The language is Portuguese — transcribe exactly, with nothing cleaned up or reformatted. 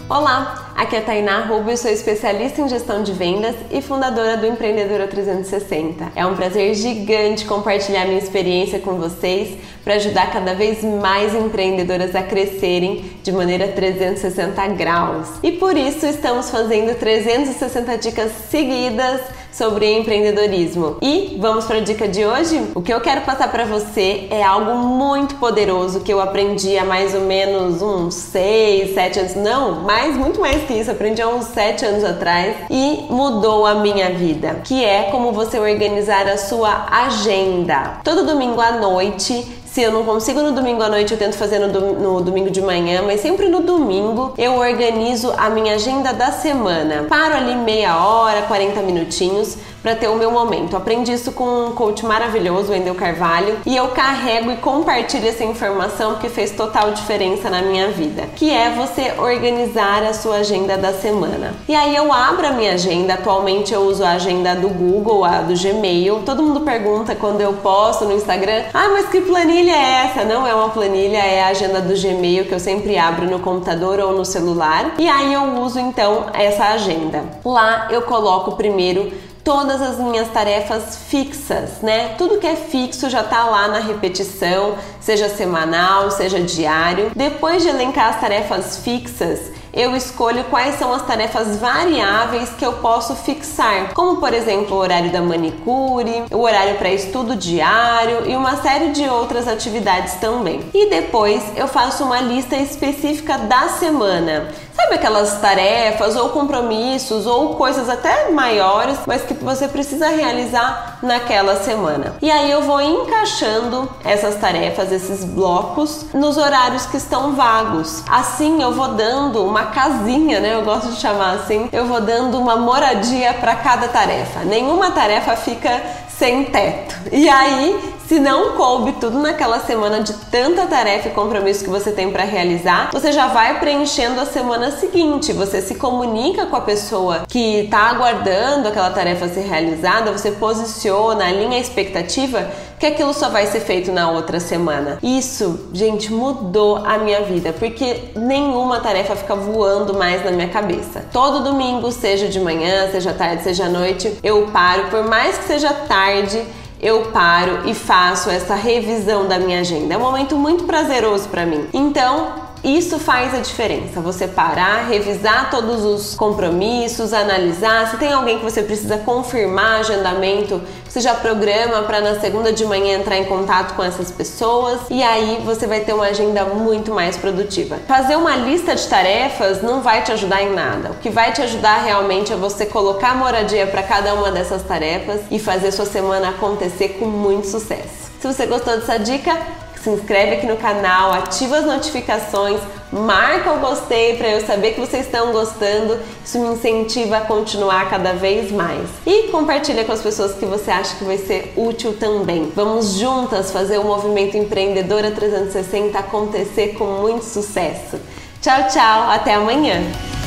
Olá, aqui é a Tainá Rubio, sou especialista em gestão de vendas e fundadora do Empreendedora trezentos e sessenta. É um prazer gigante compartilhar minha experiência com vocês para ajudar cada vez mais empreendedoras a crescerem de maneira trezentos e sessenta graus. E por isso estamos fazendo trezentas e sessenta dicas seguidas sobre empreendedorismo. E vamos para a dica de hoje? O que eu quero passar para você é algo muito poderoso que eu aprendi há mais ou menos uns seis, sete anos, não, mais, muito mais que isso, aprendi há uns sete anos atrás e mudou a minha vida, que é como você organizar a sua agenda. Todo domingo à noite, se eu não consigo no domingo à noite, eu tento fazer no, do, no domingo de manhã, mas sempre no domingo eu organizo a minha agenda da semana. Paro ali meia hora, quarenta minutinhos para ter o meu momento. Aprendi isso com um coach maravilhoso, o Wendel Carvalho, e eu carrego e compartilho essa informação que fez total diferença na minha vida, que é você organizar a sua agenda da semana. E aí eu abro a minha agenda, atualmente eu uso a agenda do Google, a do Gmail. Todo mundo pergunta quando eu posto no Instagram, ah, mas que planilha é essa? Não é uma planilha, é a agenda do Gmail que eu sempre abro no computador ou no celular. E aí eu uso então essa agenda. Lá eu coloco primeiro todas as minhas tarefas fixas, né? Tudo que é fixo já tá lá na repetição, seja semanal, seja diário. Depois de elencar as tarefas fixas, eu escolho quais são as tarefas variáveis que eu posso fixar, como por exemplo o horário da manicure, o horário para estudo diário e uma série de outras atividades também. E depois eu faço uma lista específica da semana. Sabe aquelas tarefas ou compromissos ou coisas até maiores, mas que você precisa realizar naquela semana. E aí eu vou encaixando essas tarefas, esses blocos, nos horários que estão vagos. Assim eu vou dando uma casinha, né? Eu gosto de chamar assim. Eu vou dando uma moradia para cada tarefa. Nenhuma tarefa fica sem teto. E aí, se não coube tudo naquela semana de tanta tarefa e compromisso que você tem para realizar, você já vai preenchendo a semana seguinte. Você se comunica com a pessoa que está aguardando aquela tarefa ser realizada, você posiciona, alinha a expectativa que aquilo só vai ser feito na outra semana. Isso, gente, mudou a minha vida, porque nenhuma tarefa fica voando mais na minha cabeça. Todo domingo, seja de manhã, seja tarde, seja noite, eu paro, por mais que seja tarde, eu paro e faço essa revisão da minha agenda. É um momento muito prazeroso para mim. Então, isso faz a diferença. Você parar, revisar todos os compromissos, analisar. Se tem alguém que você precisa confirmar agendamento, você já programa para na segunda de manhã entrar em contato com essas pessoas e aí você vai ter uma agenda muito mais produtiva. Fazer uma lista de tarefas não vai te ajudar em nada. O que vai te ajudar realmente é você colocar moradia para cada uma dessas tarefas e fazer sua semana acontecer com muito sucesso. Se você gostou dessa dica, se inscreve aqui no canal, ativa as notificações, marca o gostei para eu saber que vocês estão gostando. Isso me incentiva a continuar cada vez mais. E compartilha com as pessoas que você acha que vai ser útil também. Vamos juntas fazer o movimento Empreendedora trezentos e sessenta acontecer com muito sucesso. Tchau, tchau, até amanhã!